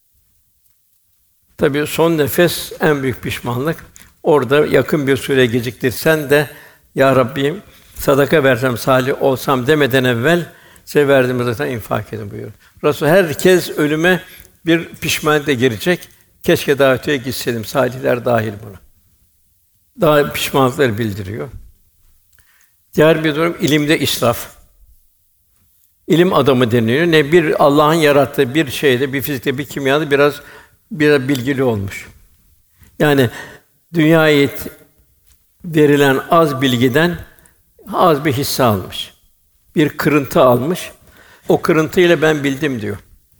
Tabii son nefes en büyük pişmanlık. Orada yakın bir süre geciktirsen de ya Rabbim sadaka versem, salih olsam demeden evvel size verdiğim zaten infak edin buyuruyor. Resul herkes ölüme bir pişmanlıkla girecek. Keşke daha öteye gitseydim. Salihler dahil buna. Daha pişmanlıkları bildiriyor. Diğer bir durum ilimde israf. İlim adamı deniliyor. Ne bir Allah'ın yarattığı bir şeyde, bir fizikte, bir kimyada biraz biraz bilgili olmuş. Yani dünyaya verilen az bilgiden az bir hisse almış. Bir kırıntı almış. O kırıntıyla ben bildim diyor.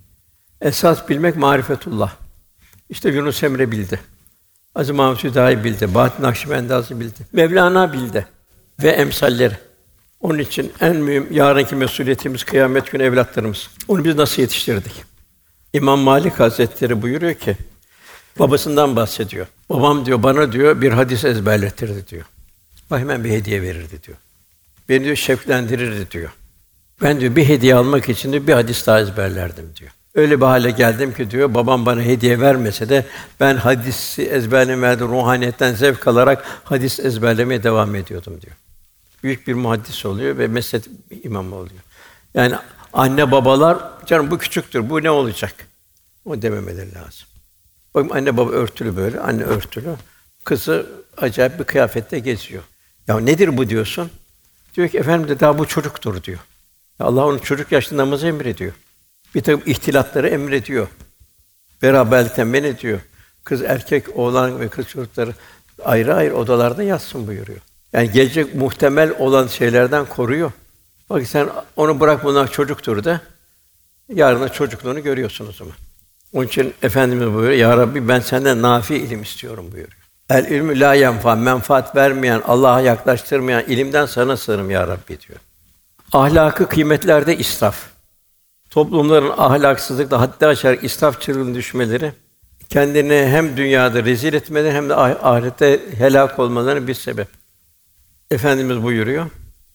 Esas bilmek marifetullah. İşte Yunus Emre bildi. Aziz Mahmud Hüdayi bildi. Bahattin Nakşibendi Hazretleri bildi. Mevlana bildi ve emsalleri. Onun için en mühim yarınki mesuliyetimiz kıyamet günü evlatlarımız. Onu biz nasıl yetiştirdik? İmam Malik Hazretleri buyuruyor ki babasından bahsediyor. Babam diyor bana diyor bir hadis ezberletirdi diyor. O hemen bir hediye verirdi diyor. Beni diyor şevklendirirdi diyor. Ben diyor bir hediye almak için de bir hadis daha ezberlerdim diyor. Öyle bir hale geldim ki diyor babam bana hediye vermese de ben hadisi ezberlemeye, ruhaniyetten zevk alarak hadis ezberlemeye devam ediyordum diyor. Büyük bir muhaddis oluyor ve mezhep imamı oluyor. Yani anne babalar canım bu küçüktür, bu ne olacak? O dememeleri lazım. Bakın anne baba örtülü böyle, anne örtülü. Kızı acayip bir kıyafette geziyor. Ya nedir bu diyorsun? Diyor ki efendim de daha bu çocuktur diyor. Ya Allah onu çocuk yaşta namazı emrediyor. Bir takım ihtilatları emrediyor. Beraberlikten men ediyor. Kız erkek, oğlan ve kız çocukları ayrı ayrı odalarda yatsın buyuruyor. Yani gelecek muhtemel olan şeylerden koruyor. Bak sen onu bırak bunlar çocuktur da yarın da çocukluğunu görüyorsun o zaman. Onun için Efendimiz buyuruyor, Ya Rabbi ben senden nafi ilim istiyorum buyuruyor. El ilmü la yenfa, menfaat vermeyen, Allah'a yaklaştırmayan ilimden sana sığınırım Ya Rabbi diyor. Ahlakı kıymetlerde israf. Toplumların ahlaksızlıkla haddi aşarak israf çığırına düşmeleri, kendini hem dünyada rezil etmeleri hem de ahirette helak olmalarına bir sebep. Efendimiz buyuruyor.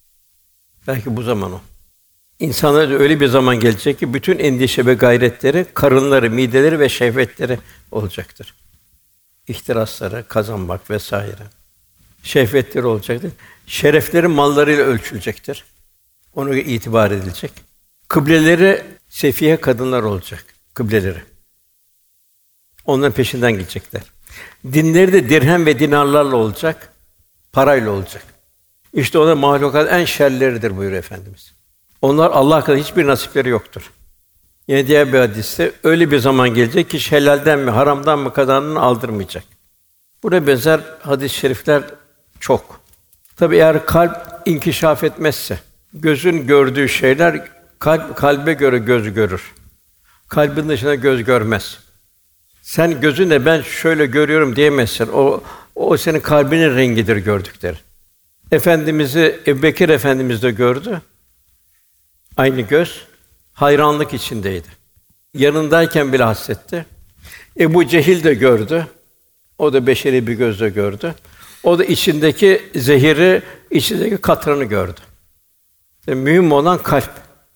Belki bu zaman o. İnsanlara öyle bir zaman gelecek ki bütün endişe ve gayretleri karınları, mideleri ve şehvetleri olacaktır. ihtirasları kazanmak vesaire. Şehvetleri olacaktır. Şerefleri mallarıyla ölçülecektir. Ona göre itibar edilecek. Kıbleleri sefiye kadınlar olacak. Kıbleleri. Onların peşinden gidecekler. Dinleri de dirhem ve dinarlarla olacak. Parayla olacak. İşte onlar mahlukat en şerleridir buyuruyor Efendimiz. Onlar Allah kadar hiçbir nasipleri yoktur. Yine diğer bir hadiste öyle bir zaman gelecek ki helalden mi haramdan mı kazandığını aldırmayacak. Buna benzer hadis-i şerifler çok. Tabii eğer kalp inkişaf etmezse, gözün gördüğü şeyler kalp kalbe göre göz görür. Kalbin dışında göz görmez. Sen gözünle ben şöyle görüyorum diyemezsin. O o senin kalbinin rengidir gördükleri. Efendimiz'i Ebubekir Efendimiz de gördü. Aynı göz hayranlık içindeydi. Yanındayken bile hassetti. Ebu Cehil de gördü. O da beşeri bir gözle gördü. O da içindeki zehiri, içindeki katranı gördü. Yani mühim olan kalp.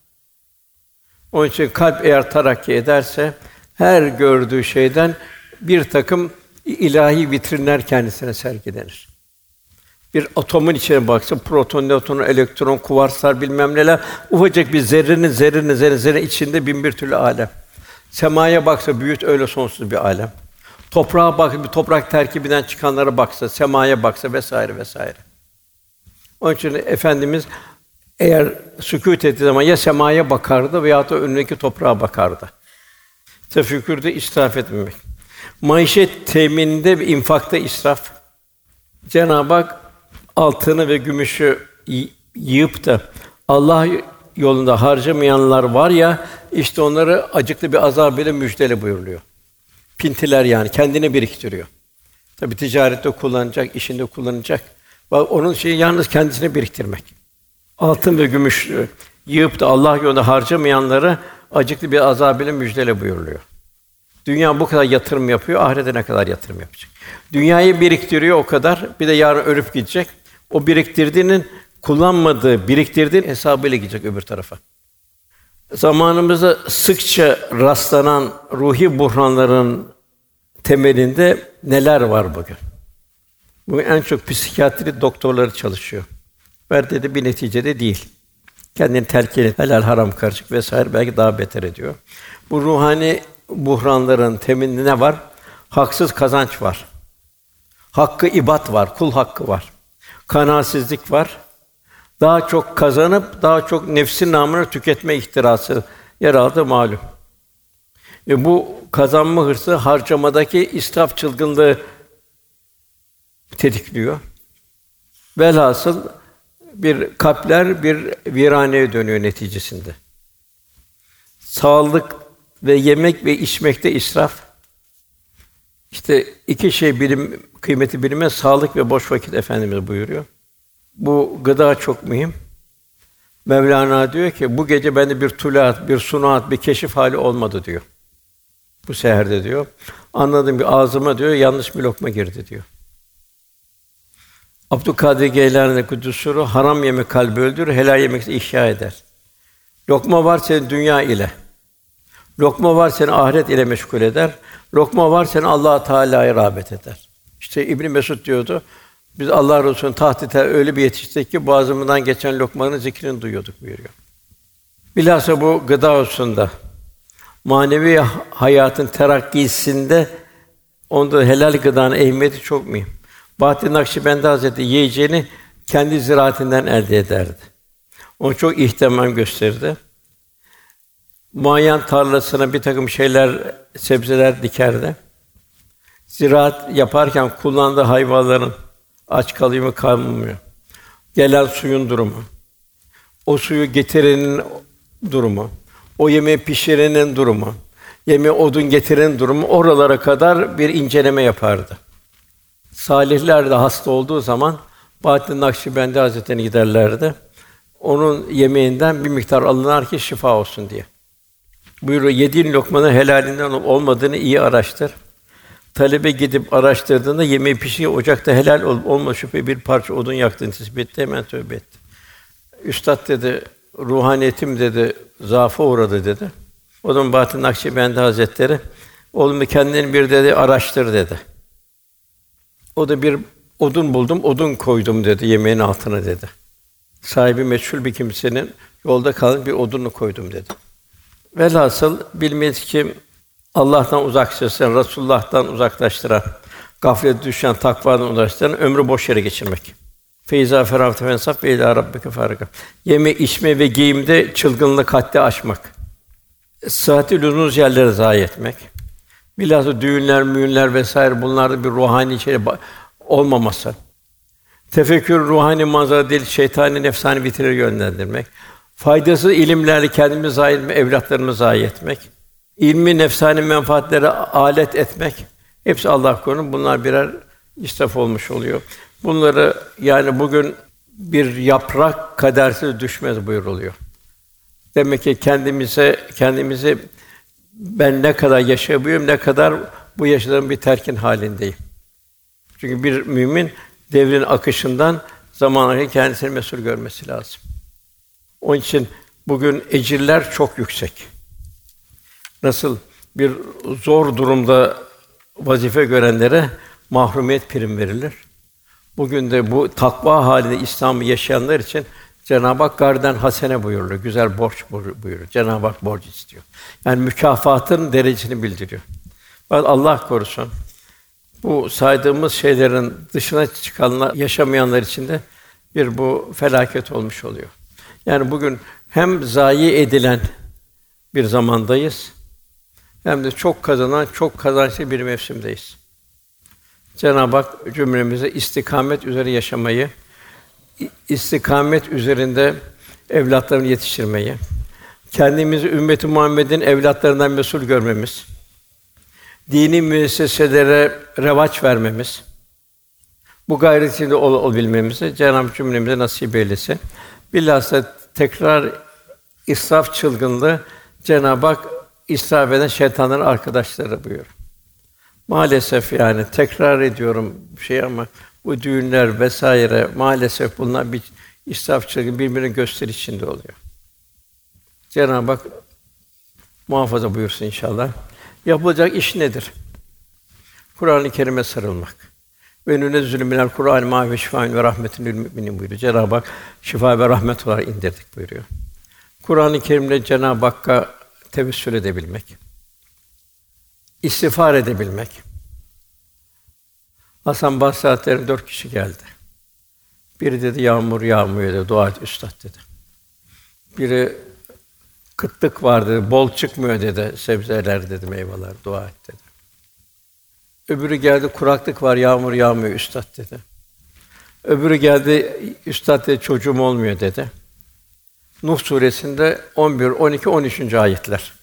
Onun için kalp eğer terakki ederse her gördüğü şeyden bir takım ilahi vitrinler kendisine sergilenir. Bir atomun içine baksın, proton, nötron, elektron, kuvarslar bilmem neler, ufacık bir zerrenin, zerrenin, zerre, zerre içinde bin bir türlü alem. Semaya baksa büyüt öyle sonsuz bir alem. Toprağa baksa, bir toprak terkibinden çıkanlara baksa, semaya baksa vesaire vesaire. Onun için Efendimiz eğer sükût ettiği zaman ya semaya bakardı veya da önündeki toprağa bakardı. Tefekkürde israf etmemek. Maişet temininde ve infakta israf. Cenab-ı Hak altını ve gümüşü yığıp da Allah yolunda harcamayanlar var ya, işte onları acıklı bir azab ile müjdele buyuruluyor. Pintiler yani kendini biriktiriyor. Tabii ticarette kullanacak, işinde kullanacak. Bak onun şeyi yalnız kendisini biriktirmek. Altın ve gümüşü yığıp da Allah yolunda harcamayanları acıklı bir azab ile müjdele buyuruluyor. Dünya bu kadar yatırım yapıyor, ahirete ne kadar yatırım yapacak? Dünyayı biriktiriyor o kadar, bir de yarın ölüp gidecek. O biriktirdiğinin kullanmadığı, biriktirdiğinin hesabıyla gidecek öbür tarafa. Zamanımızda sıkça rastlanan ruhi buhranların temelinde neler var bugün? Bugün en çok psikiyatri doktorları çalışıyor. Verdiği de bir neticede değil. Kendini telkin et, helal haram karışık vesaire belki daha beter ediyor. Bu ruhani buhranların temelinde ne var? Haksız kazanç var. Hakkı ibad var, kul hakkı var. Kanaatsizlik var. Daha çok kazanıp daha çok nefsin namına tüketme ihtirası yer aldı malum. E bu kazanma hırsı harcamadaki israf çılgınlığı tetikliyor. Velhasıl bir kalpler bir viraneye dönüyor neticesinde. Sağlık ve yemek ve içmekte israf. İşte iki şey bilim kıymeti bilinmez, sağlık ve boş vakit Efendimiz buyuruyor. Bu gıda çok mühim. Mevlana diyor ki bu gece bende bir tulaat, bir sunaat, bir keşif hali olmadı diyor. Bu seherde diyor. Anladım ki ağzıma diyor yanlış bir lokma girdi diyor. Abdülkadir Geylani'nin Kuddüs'ü haram yemek kalbi öldürür, helal yemek ihya eder. Lokma var senin dünya ile. Lokma var seni ahiret ile meşgul eder. Lokma var seni Allah Teala'ya rağbet eder. İşte İbn Mesud diyordu. Biz Allah Resulü'nün tahtı öyle bir yetiştik ki boğazımızdan geçen lokmanın zikrini duyuyorduk buyuruyor. Bilhassa bu gıda hususunda manevi hayatın terakkisinde onda helal gıdanın ehemmiyeti çok mühim. Bahattin Nakşibendi Hazretleri yiyeceğini kendi ziraatinden elde ederdi. Onu çok ihtimam gösterdi. Muayyen tarlasına bir takım şeyler, sebzeler dikerdi. Ziraat yaparken kullandığı hayvanların aç kalıyor mu kalmıyor. Gelen suyun durumu, o suyu getirenin durumu, o yemeği pişirenin durumu, yemeğe odun getirenin durumu oralara kadar bir inceleme yapardı. Salihler de hasta olduğu zaman Bahattin Nakşibendi Hazretleri'ne giderlerdi. Onun yemeğinden bir miktar alınır ki şifa olsun diye. Buyuruyor, yediğin lokmanın helalinden olup olmadığını iyi araştır. Talebe gidip araştırdığında yemeği pişiyor, ocakta helal olup olma şüphe bir parça odun yaktığını tespit etti, hemen tövbe etti. Üstad dedi, ruhaniyetim dedi, zaafa uğradı dedi. O zaman Bahattin Nakşibendi Hazretleri, oğlum kendini bir dedi araştır dedi. O da bir odun buldum, odun koydum dedi yemeğin altına dedi. Sahibi meçhul bir kimsenin yolda kalan bir odunu koydum dedi. Velhasıl bilmeyiz ki Allah'tan uzaklaştıran, Resulullah'tan uzaklaştıran, gaflete düşen, takvadan uzaklaştıran ömrü boş yere geçirmek. Feyza ferahte fensaf ve ilâ rabbike farga. Yeme, içme ve giyimde çılgınlık haddi aşmak. Sıhhati lüzumsuz yerlere zayi etmek. Bilhassa düğünler, müğünler vesaire bunlarda bir ruhani şey olmaması. Tefekkür ruhani manzara değil, şeytani nefsani vitrine yönlendirmek. Faydasız ilimlerle kendimizi zayi etmek, evlatlarımızı zayi etmek. İlmi nefsani menfaatlere alet etmek. Hepsi Allah korusun. Bunlar birer israf olmuş oluyor. Bunları yani bugün bir yaprak kadersiz düşmez buyuruluyor. Demek ki kendimize kendimizi ben ne kadar yaşayabiliyorum, ne kadar bu yaşadığım bir terkin halindeyim. Çünkü bir mümin devrin akışından zamanla kendisini mesul görmesi lazım. Onun için bugün ecirler çok yüksek. Nasıl bir zor durumda vazife görenlere mahrumiyet prim verilir. Bugün de bu takva halinde İslam'ı yaşayanlar için Cenab-ı Hak garden hasene buyuruluyor. Güzel borç buyuruyor. Cenab-ı Hak borç istiyor. Yani mükafatın derecesini bildiriyor. Fakat Allah korusun bu saydığımız şeylerin dışına çıkanlar, yaşamayanlar için de bir bu felaket olmuş oluyor. Yani bugün hem zayi edilen bir zamandayız, hem de çok kazanan, çok kazançlı bir mevsimdeyiz. Cenab-ı Hak cümlemize istikamet üzere yaşamayı, istikamet üzerinde evlatlarını yetiştirmeyi, kendimizi ümmeti Muhammed'in evlatlarından mesul görmemiz, dini müesseselere revaç vermemiz, bu gayret içinde ol, olabilmemizi Cenab-ı Hak cümlemize nasip eylesin. Bilhassa tekrar israf çılgınlığı Cenab-ı Hak israf eden şeytanların arkadaşları buyuruyor. Maalesef yani tekrar ediyorum şey ama bu düğünler vesaire maalesef bunlar bir israf çılgınlığı birbirinin gösteriş içinde oluyor. Cenab-ı Hak muhafaza buyursun inşallah. Yapılacak iş nedir? Kur'an-ı Kerim'e sarılmak. Ve nünezzülü minel Kur'an mâ ve şifâun ve rahmetun lil müminin buyuruyor. Cenab-ı Hak şifa ve rahmet olarak indirdik buyuruyor. Kur'an-ı Kerim'le Cenab-ı Hakk'a tevessül edebilmek, istiğfar edebilmek. Hasan Basri Hazretleri'ne dört kişi geldi. Biri dedi yağmur yağmıyor dedi, dua et üstad dedi. Biri kıtlık var dedi, bol çıkmıyor dedi, sebzeler dedi, meyveler, dua et dedi. Öbürü geldi, kuraklık var, yağmur yağmıyor üstad dedi. Öbürü geldi, üstad dedi, çocuğum olmuyor dedi. Nuh suresinde on bir, on iki, on üçüncü ayetler.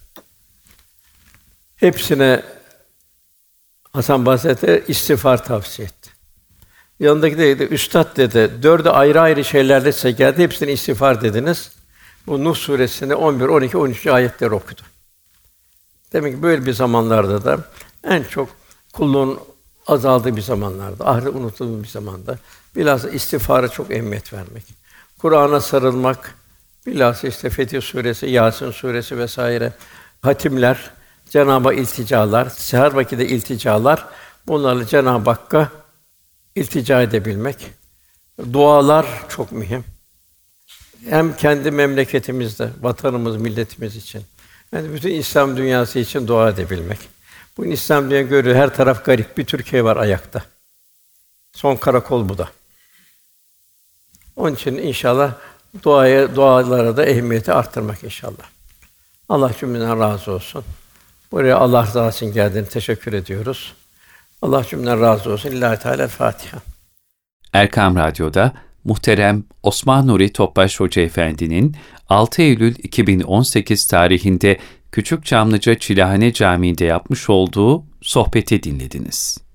Hepsine Hasan Basri Hazretleri istiğfar tavsiye etti. Yanındaki de dedi, üstad dedi, dördü ayrı ayrı şeylerle size geldi, hepsine istiğfar dediniz. Bu Nuh suresinde on bir, on iki, on üçüncü ayetleri okudu. Demek ki böyle bir zamanlarda da en çok kulluğun azaldığı bir zamanlarda, ahiret unutulduğu bir zamanda bilhassa istiğfara çok ehemmiyet vermek. Kur'an'a sarılmak, bilhassa işte Fetih suresi, Yasin suresi vesaire hatimler, Cenab-ı Hak ilticalar, seher vakiti ilticalar, bunlarla Cenab-ı Hakk'a iltica edebilmek. Dualar çok mühim. Hem kendi memleketimizde, vatanımız, milletimiz için, yani bütün İslam dünyası için dua edebilmek. Bugün İslam dünyası görüyor, her taraf garip, bir Türkiye var ayakta. Son karakol bu da. Onun için inşallah duaya, dualara da ehemmiyeti arttırmak inşallah. Allah cümleden razı olsun. Buraya Allah rızası için geldiğine teşekkür ediyoruz. Allah cümleden razı olsun. Lillahi Teala Fatiha.
Erkam Radyo'da muhterem Osman Nuri Topbaş Hoca Efendi'nin altı Eylül iki bin on sekiz tarihinde Küçükçamlıca Çilahane Camii'nde yapmış olduğu sohbeti dinlediniz.